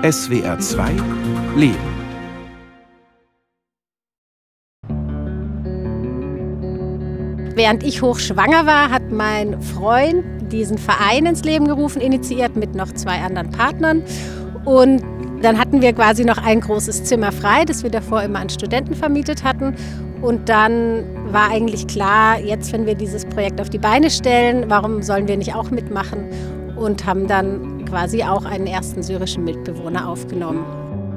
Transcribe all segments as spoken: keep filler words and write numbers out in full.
S W R zwei Leben. Während ich hochschwanger war, hat mein Freund diesen Verein ins Leben gerufen, initiiert mit noch zwei anderen Partnern. Und dann hatten wir quasi noch ein großes Zimmer frei, das wir davor immer an Studenten vermietet hatten. Und dann war eigentlich klar, jetzt, wenn wir dieses Projekt auf die Beine stellen, warum sollen wir nicht auch mitmachen? Und haben dann quasi auch einen ersten syrischen Mitbewohner aufgenommen.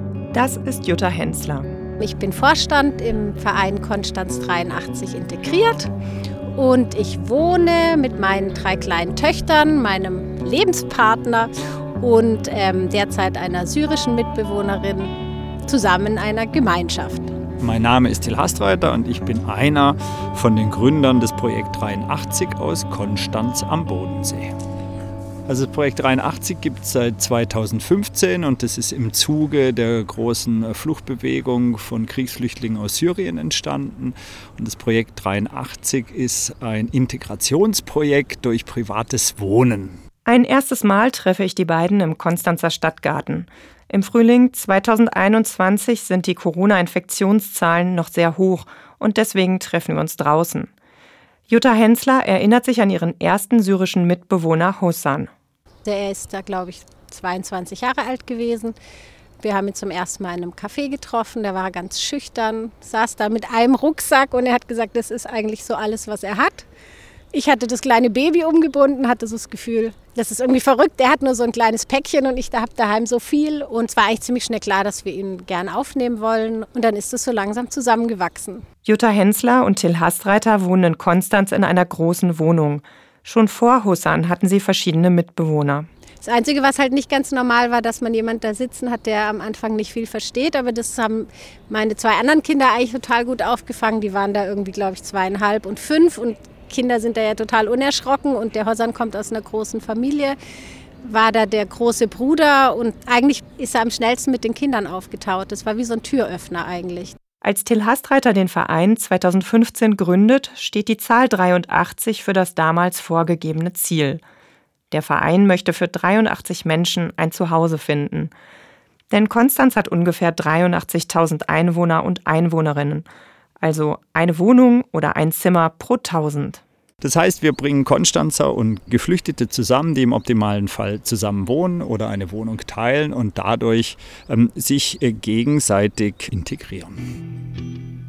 Das ist Jutta Hensler. Ich bin Vorstand im Verein Konstanz dreiundachtzig integriert und ich wohne mit meinen drei kleinen Töchtern, meinem Lebenspartner und ähm, derzeit einer syrischen Mitbewohnerin zusammen in einer Gemeinschaft. Mein Name ist Till Hastreiter und ich bin einer von den Gründern des Projekt dreiundachtzig aus Konstanz am Bodensee. Also das Projekt dreiundachtzig gibt es seit zweitausendfünfzehn und das ist im Zuge der großen Fluchtbewegung von Kriegsflüchtlingen aus Syrien entstanden. Und das Projekt dreiundachtzig ist ein Integrationsprojekt durch privates Wohnen. Ein erstes Mal treffe ich die beiden im Konstanzer Stadtgarten. Im Frühling zweitausendeinundzwanzig sind die Corona-Infektionszahlen noch sehr hoch und deswegen treffen wir uns draußen. Jutta Hensler erinnert sich an ihren ersten syrischen Mitbewohner Hossan. Der ist da, glaube ich, zweiundzwanzig Jahre alt gewesen. Wir haben ihn zum ersten Mal in einem Café getroffen. Der war ganz schüchtern, saß da mit einem Rucksack und er hat gesagt, das ist eigentlich so alles, was er hat. Ich hatte das kleine Baby umgebunden, hatte so das Gefühl, das ist irgendwie verrückt. Er hat nur so ein kleines Päckchen und ich habe daheim so viel. Und es war eigentlich ziemlich schnell klar, dass wir ihn gern aufnehmen wollen. Und dann ist es so langsam zusammengewachsen. Jutta Hensler und Till Hastreiter wohnen in Konstanz in einer großen Wohnung. Schon vor Hossan hatten sie verschiedene Mitbewohner. Das Einzige, was halt nicht ganz normal war, dass man jemanden da sitzen hat, der am Anfang nicht viel versteht. Aber das haben meine zwei anderen Kinder eigentlich total gut aufgefangen. Die waren da irgendwie, glaube ich, zweieinhalb und fünf und Kinder sind da ja total unerschrocken und der Hossan kommt aus einer großen Familie, war da der große Bruder und eigentlich ist er am schnellsten mit den Kindern aufgetaut. Das war wie so ein Türöffner eigentlich. Als Till Hastreiter den Verein zweitausendfünfzehn gründet, steht die Zahl dreiundachtzig für das damals vorgegebene Ziel. Der Verein möchte für dreiundachtzig Menschen ein Zuhause finden. Denn Konstanz hat ungefähr dreiundachtzigtausend Einwohner und Einwohnerinnen. Also eine Wohnung oder ein Zimmer pro tausend. Das heißt, wir bringen Konstanzer und Geflüchtete zusammen, die im optimalen Fall zusammen wohnen oder eine Wohnung teilen und dadurch ähm, sich äh, gegenseitig integrieren.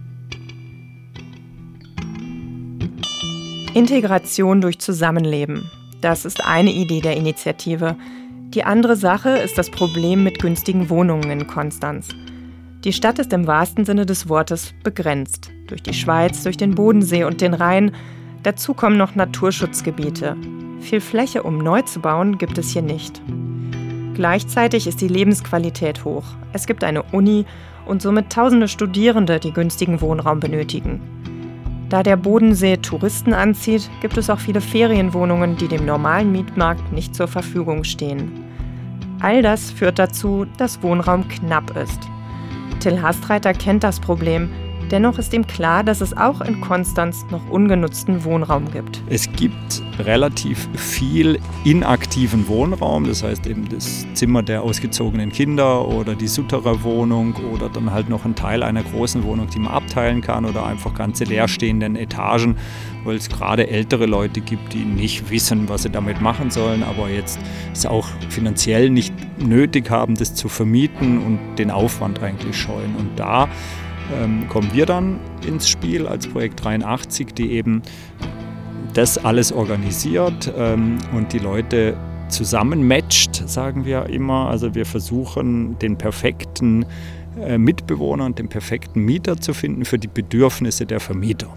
Integration durch Zusammenleben. Das ist eine Idee der Initiative. Die andere Sache ist das Problem mit günstigen Wohnungen in Konstanz. Die Stadt ist im wahrsten Sinne des Wortes begrenzt. Durch die Schweiz, durch den Bodensee und den Rhein. Dazu kommen noch Naturschutzgebiete. Viel Fläche, um neu zu bauen, gibt es hier nicht. Gleichzeitig ist die Lebensqualität hoch. Es gibt eine Uni und somit tausende Studierende, die günstigen Wohnraum benötigen. Da der Bodensee Touristen anzieht, gibt es auch viele Ferienwohnungen, die dem normalen Mietmarkt nicht zur Verfügung stehen. All das führt dazu, dass Wohnraum knapp ist. Till Hastreiter kennt das Problem. Dennoch ist ihm klar, dass es auch in Konstanz noch ungenutzten Wohnraum gibt. Es gibt relativ viel inaktiven Wohnraum, das heißt eben das Zimmer der ausgezogenen Kinder oder die Sutterer-Wohnung oder dann halt noch ein Teil einer großen Wohnung, die man abteilen kann oder einfach ganze leerstehenden Etagen, weil es gerade ältere Leute gibt, die nicht wissen, was sie damit machen sollen, aber jetzt es auch finanziell nicht nötig haben, das zu vermieten und den Aufwand eigentlich scheuen. Und da Ähm, kommen wir dann ins Spiel als Projekt dreiundachtzig, die eben das alles organisiert ähm, und die Leute zusammenmatcht, sagen wir immer. Also wir versuchen, den perfekten äh, Mitbewohner und den perfekten Mieter zu finden für die Bedürfnisse der Vermieter.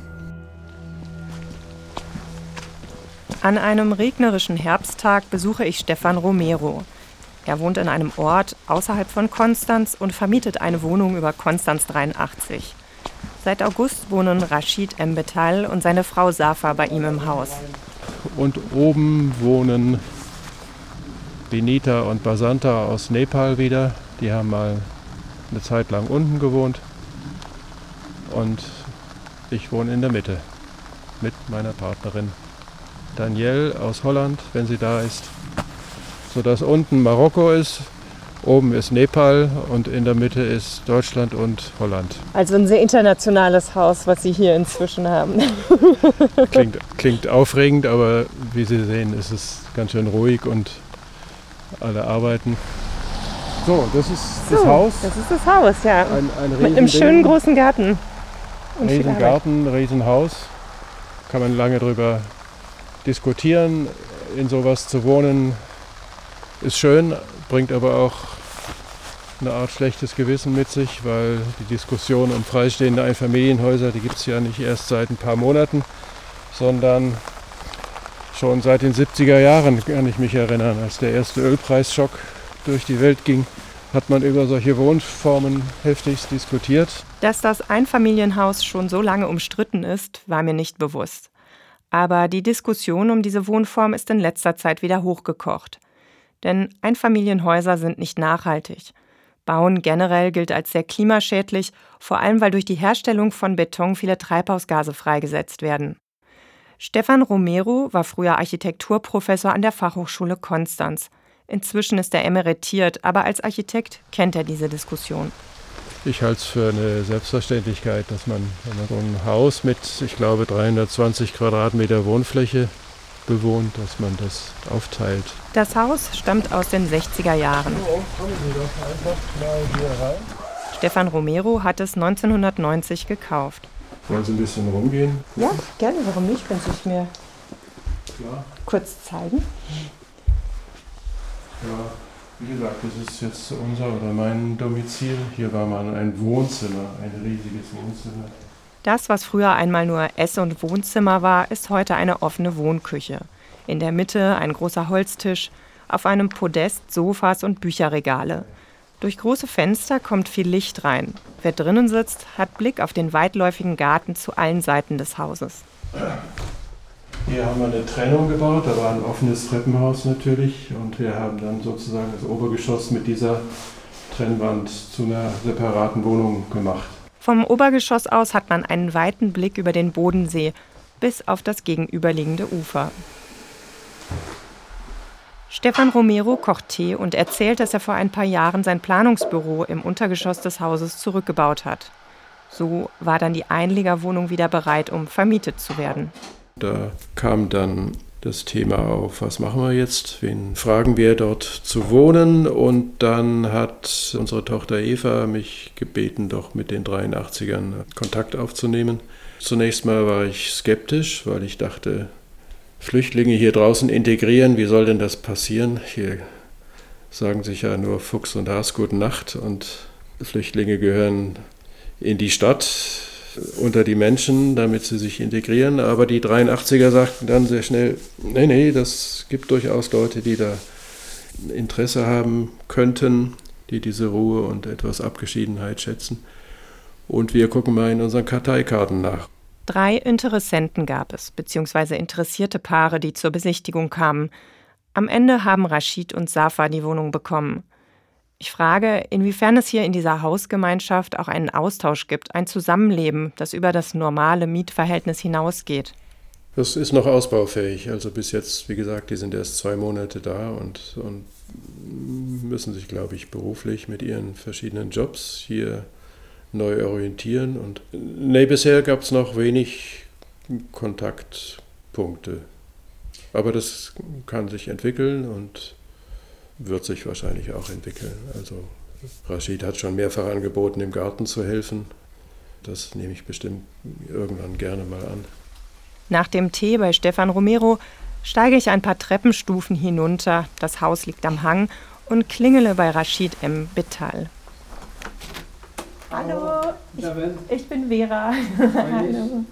An einem regnerischen Herbsttag besuche ich Stefan Romero. Er wohnt in einem Ort außerhalb von Konstanz und vermietet eine Wohnung über Konstanz dreiundachtzig. Seit August wohnen Rashid Mbetal und seine Frau Safa bei ihm im Haus. Und oben wohnen Benita und Basanta aus Nepal wieder. Die haben mal eine Zeit lang unten gewohnt. Und ich wohne in der Mitte mit meiner Partnerin Danielle aus Holland, wenn sie da ist. Sodass unten Marokko ist Oben ist Nepal und in der Mitte ist Deutschland und Holland. Also ein sehr internationales Haus, was Sie hier inzwischen haben. Klingt, klingt aufregend, aber wie Sie sehen, ist es ganz schön ruhig und alle arbeiten. So, das ist so, das Haus. Das ist das Haus, ja. Ein, ein Mit einem schönen großen Garten. Und riesen Garten, Riesenhaus. Kann man lange drüber diskutieren. In sowas zu wohnen ist schön, bringt aber auch eine Art schlechtes Gewissen mit sich, weil die Diskussion um freistehende Einfamilienhäuser, die gibt es ja nicht erst seit ein paar Monaten, sondern schon seit den siebziger Jahren, kann ich mich erinnern, als der erste Ölpreisschock durch die Welt ging, hat man über solche Wohnformen heftigst diskutiert. Dass das Einfamilienhaus schon so lange umstritten ist, war mir nicht bewusst. Aber die Diskussion um diese Wohnform ist in letzter Zeit wieder hochgekocht. Denn Einfamilienhäuser sind nicht nachhaltig. Bauen generell gilt als sehr klimaschädlich, vor allem weil durch die Herstellung von Beton viele Treibhausgase freigesetzt werden. Stefan Romero war früher Architekturprofessor an der Fachhochschule Konstanz. Inzwischen ist er emeritiert, aber als Architekt kennt er diese Diskussion. Ich halte es für eine Selbstverständlichkeit, dass man, wenn man so ein Haus mit, ich glaube, dreihundertzwanzig Quadratmeter Wohnfläche bewohnt, dass man das aufteilt. Das Haus stammt aus den sechziger Jahren. So, kommen Sie doch einfach mal hier rein. Stefan Romero hat es neunzehnhundertneunzig gekauft. Wollen Sie ein bisschen rumgehen? Ja, gerne. Warum nicht? Können Sie es mir Klar. kurz zeigen? Ja, wie gesagt, das ist jetzt unser oder mein Domizil. Hier war mal ein Wohnzimmer, ein riesiges Wohnzimmer. Das, was früher einmal nur Ess- und Wohnzimmer war, ist heute eine offene Wohnküche. In der Mitte ein großer Holztisch, auf einem Podest Sofas und Bücherregale. Durch große Fenster kommt viel Licht rein. Wer drinnen sitzt, hat Blick auf den weitläufigen Garten zu allen Seiten des Hauses. Hier haben wir eine Trennung gebaut, da war ein offenes Treppenhaus natürlich und wir haben dann sozusagen das Obergeschoss mit dieser Trennwand zu einer separaten Wohnung gemacht. Vom Obergeschoss aus hat man einen weiten Blick über den Bodensee bis auf das gegenüberliegende Ufer. Stefan Romero kocht Tee und erzählt, dass er vor ein paar Jahren sein Planungsbüro im Untergeschoss des Hauses zurückgebaut hat. So war dann die Einliegerwohnung wieder bereit, um vermietet zu werden. Da kam dann das Thema auf, was machen wir jetzt? Wen fragen wir dort zu wohnen? Und dann hat unsere Tochter Eva mich gebeten, doch mit den dreiundachtzigern Kontakt aufzunehmen. Zunächst mal war ich skeptisch, weil ich dachte, Flüchtlinge hier draußen integrieren, wie soll denn das passieren? Hier sagen sich ja nur Fuchs und Has gute Nacht und Flüchtlinge gehören in die Stadt, unter die Menschen, damit sie sich integrieren. Aber die dreiundachtziger sagten dann sehr schnell, nee, nee, das gibt durchaus Leute, die da Interesse haben könnten, die diese Ruhe und etwas Abgeschiedenheit schätzen. Und wir gucken mal in unseren Karteikarten nach. Drei Interessenten gab es, beziehungsweise interessierte Paare, die zur Besichtigung kamen. Am Ende haben Rashid und Safa die Wohnung bekommen. Ich frage, inwiefern es hier in dieser Hausgemeinschaft auch einen Austausch gibt, ein Zusammenleben, das über das normale Mietverhältnis hinausgeht. Das ist noch ausbaufähig. Also bis jetzt, wie gesagt, die sind erst zwei Monate da und, und müssen sich, glaube ich, beruflich mit ihren verschiedenen Jobs hier neu orientieren. Und nee, bisher gab es noch wenig Kontaktpunkte. Aber das kann sich entwickeln und wird sich wahrscheinlich auch entwickeln. Also Rashid hat schon mehrfach angeboten, im Garten zu helfen. Das nehme ich bestimmt irgendwann gerne mal an. Nach dem Tee bei Stefan Romero steige ich ein paar Treppenstufen hinunter, das Haus liegt am Hang, und klingele bei Rashid M. Bittal. Hallo, ich, ich bin Vera. Hallo.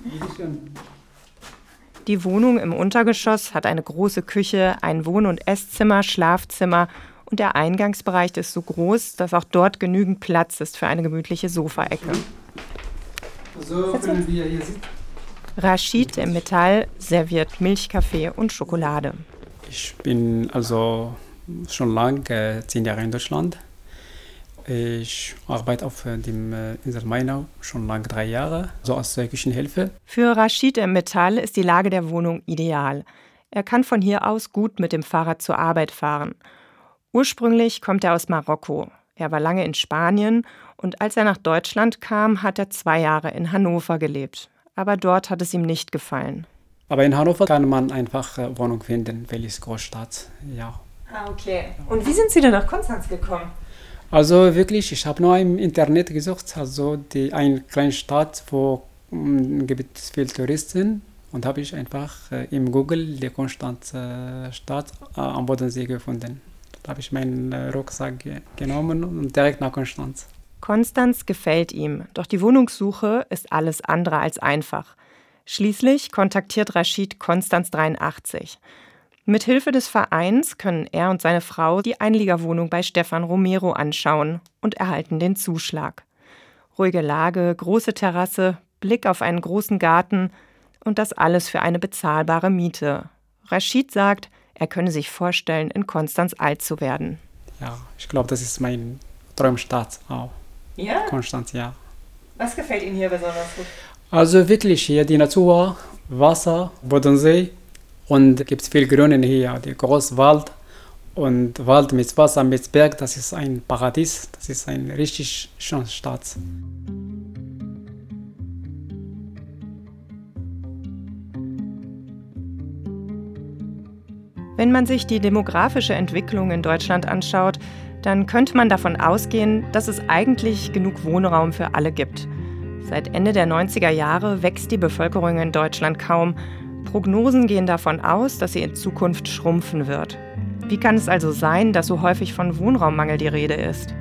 Die Wohnung im Untergeschoss hat eine große Küche, ein Wohn- und Esszimmer, Schlafzimmer und der Eingangsbereich ist so groß, dass auch dort genügend Platz ist für eine gemütliche Sofaecke. So können wir hier sitzen. Rashid im Metall serviert Milchkaffee und Schokolade. Ich bin also schon lange, äh, zehn Jahre in Deutschland. Ich arbeite auf dem äh, Insel Mainau schon lange drei Jahre, so als äh, Küchenhilfe. Für Rashid im Metall ist die Lage der Wohnung ideal. Er kann von hier aus gut mit dem Fahrrad zur Arbeit fahren. Ursprünglich kommt er aus Marokko. Er war lange in Spanien und als er nach Deutschland kam, hat er zwei Jahre in Hannover gelebt. Aber dort hat es ihm nicht gefallen. Aber in Hannover kann man einfach äh, Wohnung finden, weil es Großstadt, ja. Ah, okay. Und wie sind Sie denn nach Konstanz gekommen? Also wirklich, ich habe nur im Internet gesucht, also die, eine kleine Stadt, wo mh, gibt es viele Touristen. Und habe ich einfach äh, im Google die Konstanzer äh, Stadt äh, am Bodensee gefunden. Da habe ich meinen äh, Rucksack ge- genommen und direkt nach Konstanz. Konstanz gefällt ihm, doch die Wohnungssuche ist alles andere als einfach. Schließlich kontaktiert Rashid Konstanz dreiundachtzig. Mit Hilfe des Vereins können er und seine Frau die Einliegerwohnung bei Stefan Romero anschauen und erhalten den Zuschlag. Ruhige Lage, große Terrasse, Blick auf einen großen Garten und das alles für eine bezahlbare Miete. Rashid sagt, er könne sich vorstellen, in Konstanz alt zu werden. Ja, ich glaube, das ist mein Traumstadt auch. Ja? Konstanz, ja. Was gefällt Ihnen hier besonders gut? Also wirklich hier die Natur, Wasser, Bodensee und es gibt viel Grünen hier, der große Wald und Wald mit Wasser, mit Berg, das ist ein Paradies, das ist eine richtig schöne Stadt. Wenn man sich die demografische Entwicklung in Deutschland anschaut, dann könnte man davon ausgehen, dass es eigentlich genug Wohnraum für alle gibt. Seit Ende der neunziger Jahre wächst die Bevölkerung in Deutschland kaum. Prognosen gehen davon aus, dass sie in Zukunft schrumpfen wird. Wie kann es also sein, dass so häufig von Wohnraummangel die Rede ist?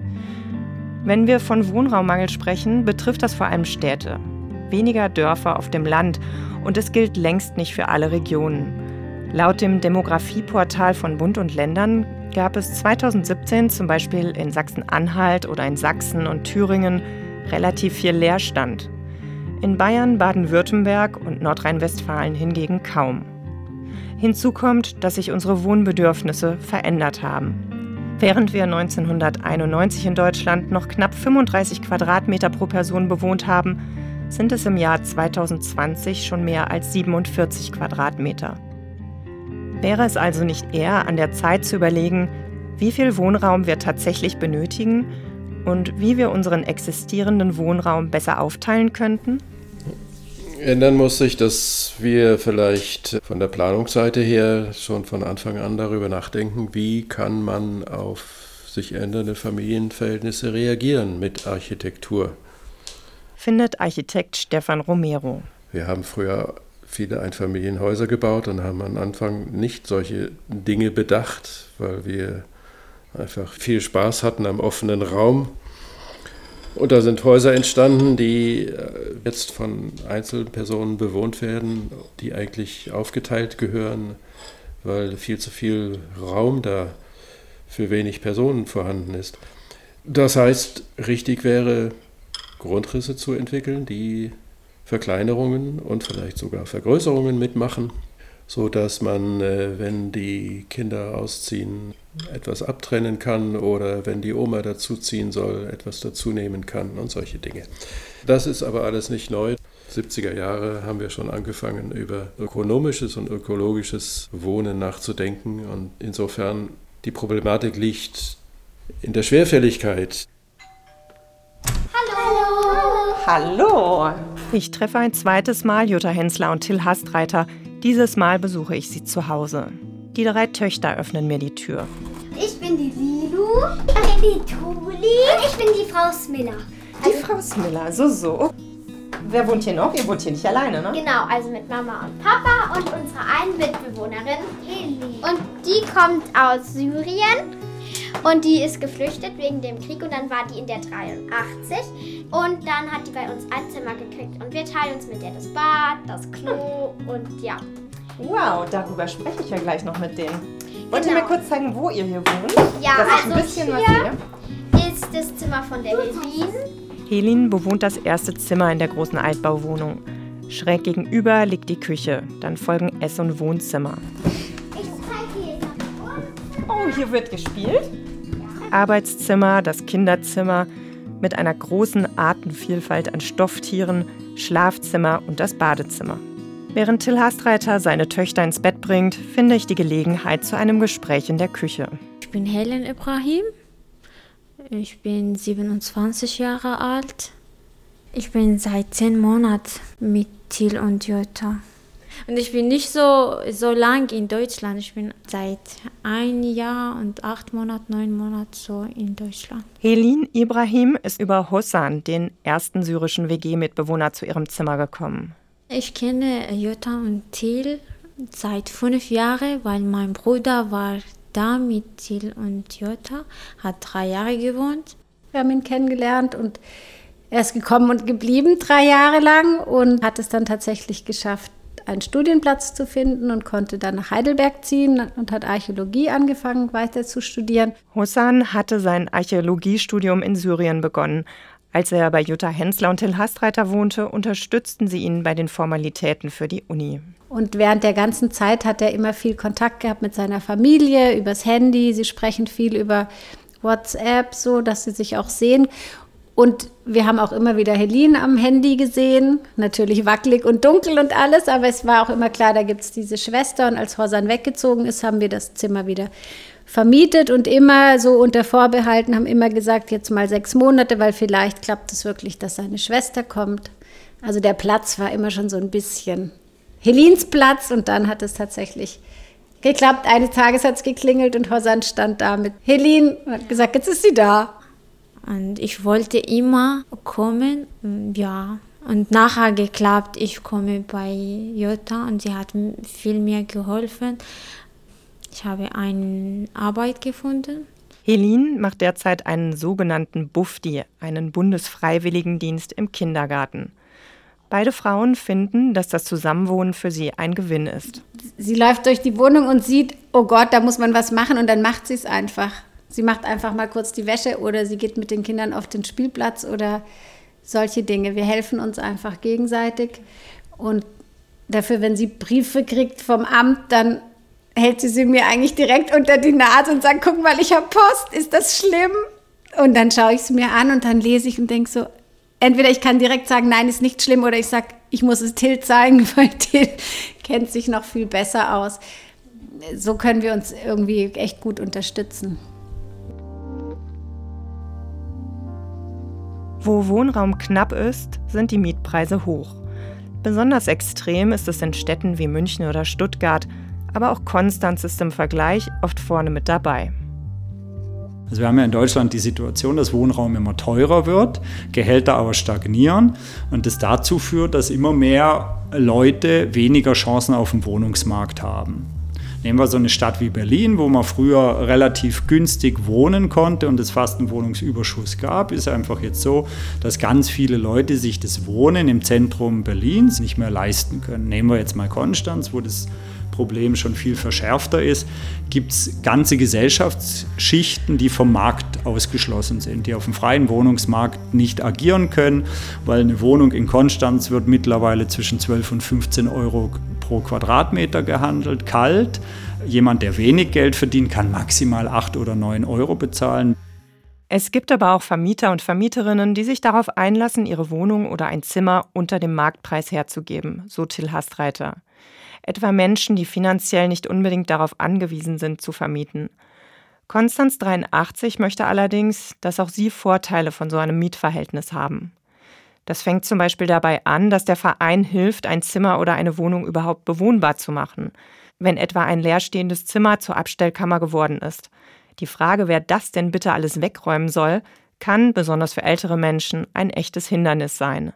Wenn wir von Wohnraummangel sprechen, betrifft das vor allem Städte. Weniger Dörfer auf dem Land und es gilt längst nicht für alle Regionen. Laut dem Demografieportal von Bund und Ländern gab es zweitausendsiebzehn zum Beispiel in Sachsen-Anhalt oder in Sachsen und Thüringen relativ viel Leerstand. In Bayern, Baden-Württemberg und Nordrhein-Westfalen hingegen kaum. Hinzu kommt, dass sich unsere Wohnbedürfnisse verändert haben. Während wir neunzehnhunderteinundneunzig in Deutschland noch knapp fünfunddreißig Quadratmeter pro Person bewohnt haben, sind es im Jahr zweitausendzwanzig schon mehr als siebenundvierzig Quadratmeter. Wäre es also nicht eher an der Zeit zu überlegen, wie viel Wohnraum wir tatsächlich benötigen und wie wir unseren existierenden Wohnraum besser aufteilen könnten? Ändern muss sich, dass wir vielleicht von der Planungsseite her schon von Anfang an darüber nachdenken, wie kann man auf sich ändernde Familienverhältnisse reagieren mit Architektur. Findet Architekt Stefan Romero. Wir haben früher viele Einfamilienhäuser gebaut und haben am Anfang nicht solche Dinge bedacht, weil wir einfach viel Spaß hatten am offenen Raum. Und da sind Häuser entstanden, die jetzt von Einzelpersonen bewohnt werden, die eigentlich aufgeteilt gehören, weil viel zu viel Raum da für wenig Personen vorhanden ist. Das heißt, richtig wäre, Grundrisse zu entwickeln, die Verkleinerungen und vielleicht sogar Vergrößerungen mitmachen, sodass man, wenn die Kinder ausziehen, etwas abtrennen kann oder wenn die Oma dazuziehen soll, etwas dazunehmen kann und solche Dinge. Das ist aber alles nicht neu. siebziger Jahre haben wir schon angefangen, über ökonomisches und ökologisches Wohnen nachzudenken und insofern die Problematik liegt in der Schwerfälligkeit. Hallo! Ich treffe ein zweites Mal Jutta Hensler und Till Hastreiter. Dieses Mal besuche ich sie zu Hause. Die drei Töchter öffnen mir die Tür. Ich bin die Lilu, ich bin die Tuli und ich bin die Frau Smiller. Die Frau Smiller, so, so. Wer wohnt hier noch? Ihr wohnt hier nicht alleine, ne? Genau, also mit Mama und Papa und unserer einen Mitbewohnerin, Heli. Und die kommt aus Syrien. Und die ist geflüchtet wegen dem Krieg und dann war die in der dreiundachtzig und dann hat die bei uns ein Zimmer gekriegt und wir teilen uns mit der das Bad, das Klo und ja. Wow, darüber spreche ich ja gleich noch mit denen. Wollt Genau. ihr mir kurz zeigen, wo ihr hier wohnt? Ja, Dass ich also ein bisschen was hier sehe. ist das Zimmer von der Helene. Helin bewohnt das erste Zimmer in der großen Altbauwohnung. Schräg gegenüber liegt die Küche, dann folgen Ess- und Wohnzimmer. Ich zeige dir jetzt. Oh, hier wird gespielt. Arbeitszimmer, das Kinderzimmer mit einer großen Artenvielfalt an Stofftieren, Schlafzimmer und das Badezimmer. Während Till Hastreiter seine Töchter ins Bett bringt, finde ich die Gelegenheit zu einem Gespräch in der Küche. Ich bin Helen Ibrahim. Ich bin siebenundzwanzig Jahre alt. Ich bin seit zehn Monaten mit Till und Jutta. Und ich bin nicht so, so lang in Deutschland. Ich bin seit ein Jahr und acht Monaten, neun Monaten so in Deutschland. Helin Ibrahim ist über Hossan, den ersten syrischen W G-Mitbewohner, zu ihrem Zimmer gekommen. Ich kenne Jutta und Till seit fünf Jahren, weil mein Bruder war da mit Till und Jutta, hat drei Jahre gewohnt. Wir haben ihn kennengelernt und er ist gekommen und geblieben drei Jahre lang und hat es dann tatsächlich geschafft, einen Studienplatz zu finden und konnte dann nach Heidelberg ziehen und hat Archäologie angefangen, weiter zu studieren. Hossan hatte sein Archäologiestudium in Syrien begonnen. Als er bei Jutta Hensler und Till Hastreiter wohnte, unterstützten sie ihn bei den Formalitäten für die Uni. Und während der ganzen Zeit hat er immer viel Kontakt gehabt mit seiner Familie, übers Handy. Sie sprechen viel über WhatsApp, so dass sie sich auch sehen. Und wir haben auch immer wieder Helin am Handy gesehen, natürlich wackelig und dunkel und alles, aber es war auch immer klar, da gibt es diese Schwester. Und als Hossan weggezogen ist, haben wir das Zimmer wieder vermietet und immer so unter Vorbehalten, haben immer gesagt, jetzt mal sechs Monate, weil vielleicht klappt es wirklich, dass seine Schwester kommt. Also der Platz war immer schon so ein bisschen Helins Platz und dann hat es tatsächlich geklappt. Eines Tages hat es geklingelt und Hossan stand da mit Helin und hat gesagt, jetzt ist sie da. Und ich wollte immer kommen, ja. Und nachher geklappt, ich komme bei Jutta und sie hat viel mir geholfen. Ich habe eine Arbeit gefunden. Helin macht derzeit einen sogenannten Bufdi, einen Bundesfreiwilligendienst im Kindergarten. Beide Frauen finden, dass das Zusammenwohnen für sie ein Gewinn ist. Sie läuft durch die Wohnung und sieht, oh Gott, da muss man was machen und dann macht sie es einfach. Sie macht einfach mal kurz die Wäsche oder sie geht mit den Kindern auf den Spielplatz oder solche Dinge. Wir helfen uns einfach gegenseitig und dafür, wenn sie Briefe kriegt vom Amt, dann hält sie sie mir eigentlich direkt unter die Nase und sagt, guck mal, ich habe Post, ist das schlimm? Und dann schaue ich es mir an und dann lese ich und denke so, entweder ich kann direkt sagen, nein, ist nicht schlimm, oder ich sage, ich muss es Till zeigen, weil Till kennt sich noch viel besser aus. So können wir uns irgendwie echt gut unterstützen. Wo Wohnraum knapp ist, sind die Mietpreise hoch. Besonders extrem ist es in Städten wie München oder Stuttgart, aber auch Konstanz ist im Vergleich oft vorne mit dabei. Also wir haben ja in Deutschland die Situation, dass Wohnraum immer teurer wird, Gehälter aber stagnieren und das dazu führt, dass immer mehr Leute weniger Chancen auf dem Wohnungsmarkt haben. Nehmen wir so eine Stadt wie Berlin, wo man früher relativ günstig wohnen konnte und es fast einen Wohnungsüberschuss gab, ist einfach jetzt so, dass ganz viele Leute sich das Wohnen im Zentrum Berlins nicht mehr leisten können. Nehmen wir jetzt mal Konstanz, wo das Problem schon viel verschärfter ist, gibt es ganze Gesellschaftsschichten, die vom Markt ausgeschlossen sind, die auf dem freien Wohnungsmarkt nicht agieren können, weil eine Wohnung in Konstanz wird mittlerweile zwischen zwölf und fünfzehn Euro pro Quadratmeter gehandelt, kalt. Jemand, der wenig Geld verdient, kann maximal acht oder neun Euro bezahlen. Es gibt aber auch Vermieter und Vermieterinnen, die sich darauf einlassen, ihre Wohnung oder ein Zimmer unter dem Marktpreis herzugeben, so Till Hastreiter. Etwa Menschen, die finanziell nicht unbedingt darauf angewiesen sind, zu vermieten. Konstanz dreiundachtzig möchte allerdings, dass auch sie Vorteile von so einem Mietverhältnis haben. Das fängt zum Beispiel dabei an, dass der Verein hilft, ein Zimmer oder eine Wohnung überhaupt bewohnbar zu machen, wenn etwa ein leerstehendes Zimmer zur Abstellkammer geworden ist. Die Frage, wer das denn bitte alles wegräumen soll, kann, besonders für ältere Menschen, ein echtes Hindernis sein.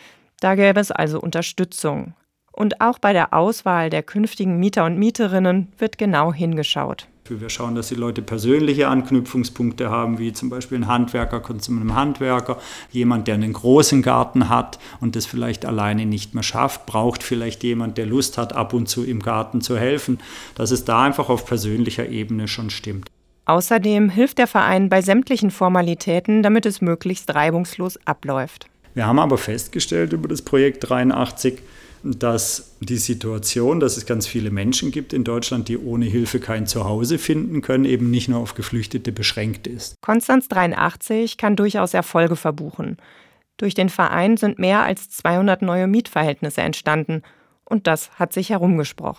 Da gäbe es also Unterstützung. Und auch bei der Auswahl der künftigen Mieter und Mieterinnen wird genau hingeschaut. Wir schauen, dass die Leute persönliche Anknüpfungspunkte haben, wie zum Beispiel ein Handwerker kommt zu einem Handwerker, jemand, der einen großen Garten hat und das vielleicht alleine nicht mehr schafft, braucht vielleicht jemand, der Lust hat, ab und zu im Garten zu helfen, dass es da einfach auf persönlicher Ebene schon stimmt. Außerdem hilft der Verein bei sämtlichen Formalitäten, damit es möglichst reibungslos abläuft. Wir haben aber festgestellt über das Projekt dreiundachtzig, dass die Situation, dass es ganz viele Menschen gibt in Deutschland, die ohne Hilfe kein Zuhause finden können, eben nicht nur auf Geflüchtete beschränkt ist. Konstanz dreiundachtzig kann durchaus Erfolge verbuchen. Durch den Verein sind mehr als zweihundert neue Mietverhältnisse entstanden und das hat sich herumgesprochen.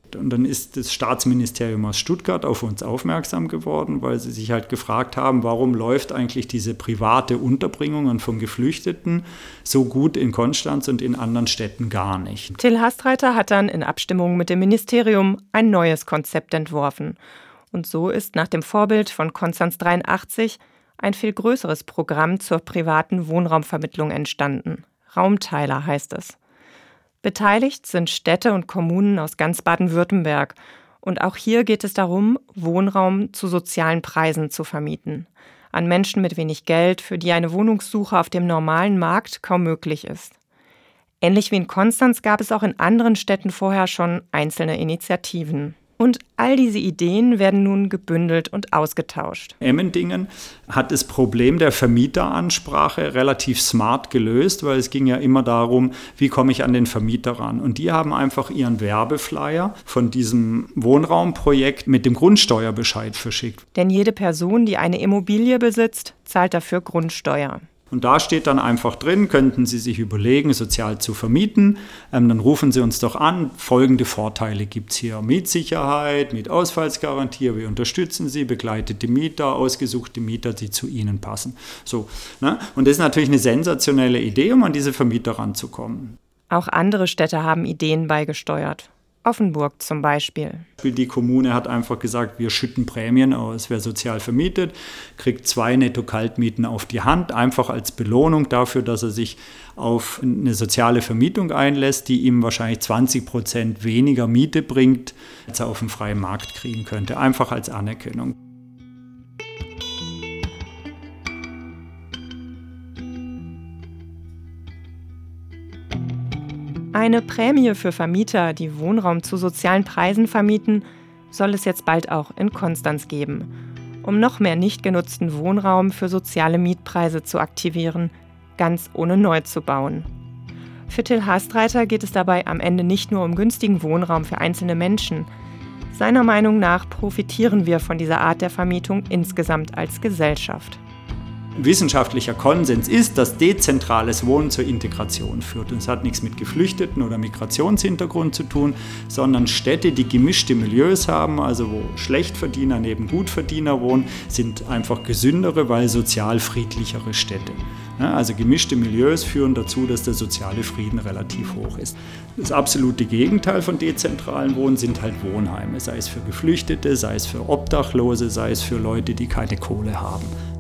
Und dann ist das Staatsministerium aus Stuttgart auf uns aufmerksam geworden, weil sie sich halt gefragt haben, warum läuft eigentlich diese private Unterbringung von Geflüchteten so gut in Konstanz und in anderen Städten gar nicht. Till Hastreiter hat dann in Abstimmung mit dem Ministerium ein neues Konzept entworfen. Und so ist nach dem Vorbild von Konstanz dreiundachtzig ein viel größeres Programm zur privaten Wohnraumvermittlung entstanden. Raumteiler heißt es. Beteiligt sind Städte und Kommunen aus ganz Baden-Württemberg. Und auch hier geht es darum, Wohnraum zu sozialen Preisen zu vermieten. An Menschen mit wenig Geld, für die eine Wohnungssuche auf dem normalen Markt kaum möglich ist. Ähnlich wie in Konstanz gab es auch in anderen Städten vorher schon einzelne Initiativen. Und all diese Ideen werden nun gebündelt und ausgetauscht. Emmendingen hat das Problem der Vermieteransprache relativ smart gelöst, weil es ging ja immer darum, wie komme ich an den Vermieter ran. Und die haben einfach ihren Werbeflyer von diesem Wohnraumprojekt mit dem Grundsteuerbescheid verschickt. Denn jede Person, die eine Immobilie besitzt, zahlt dafür Grundsteuer. Und da steht dann einfach drin, könnten Sie sich überlegen, sozial zu vermieten. Ähm, dann rufen Sie uns doch an. Folgende Vorteile gibt es hier. Mietsicherheit, Mietausfallsgarantie, wir unterstützen Sie, begleitete Mieter, ausgesuchte Mieter, die zu Ihnen passen. So, ne? Und das ist natürlich eine sensationelle Idee, um an diese Vermieter ranzukommen. Auch andere Städte haben Ideen beigesteuert. Offenburg zum Beispiel. Die Kommune hat einfach gesagt, wir schütten Prämien aus. Wer sozial vermietet, kriegt zwei Netto-Kaltmieten auf die Hand, einfach als Belohnung dafür, dass er sich auf eine soziale Vermietung einlässt, die ihm wahrscheinlich zwanzig Prozent weniger Miete bringt, als er auf dem freien Markt kriegen könnte. Einfach als Anerkennung. Eine Prämie für Vermieter, die Wohnraum zu sozialen Preisen vermieten, soll es jetzt bald auch in Konstanz geben, um noch mehr nicht genutzten Wohnraum für soziale Mietpreise zu aktivieren, ganz ohne neu zu bauen. Für Till Hastreiter geht es dabei am Ende nicht nur um günstigen Wohnraum für einzelne Menschen. Seiner Meinung nach profitieren wir von dieser Art der Vermietung insgesamt als Gesellschaft. Wissenschaftlicher Konsens ist, dass dezentrales Wohnen zur Integration führt. Und es hat nichts mit Geflüchteten oder Migrationshintergrund zu tun, sondern Städte, die gemischte Milieus haben, also wo Schlechtverdiener neben Gutverdiener wohnen, sind einfach gesündere, weil sozial friedlichere Städte. Also gemischte Milieus führen dazu, dass der soziale Frieden relativ hoch ist. Das absolute Gegenteil von dezentralen Wohnen sind halt Wohnheime, sei es für Geflüchtete, sei es für Obdachlose, sei es für Leute, die keine Kohle haben.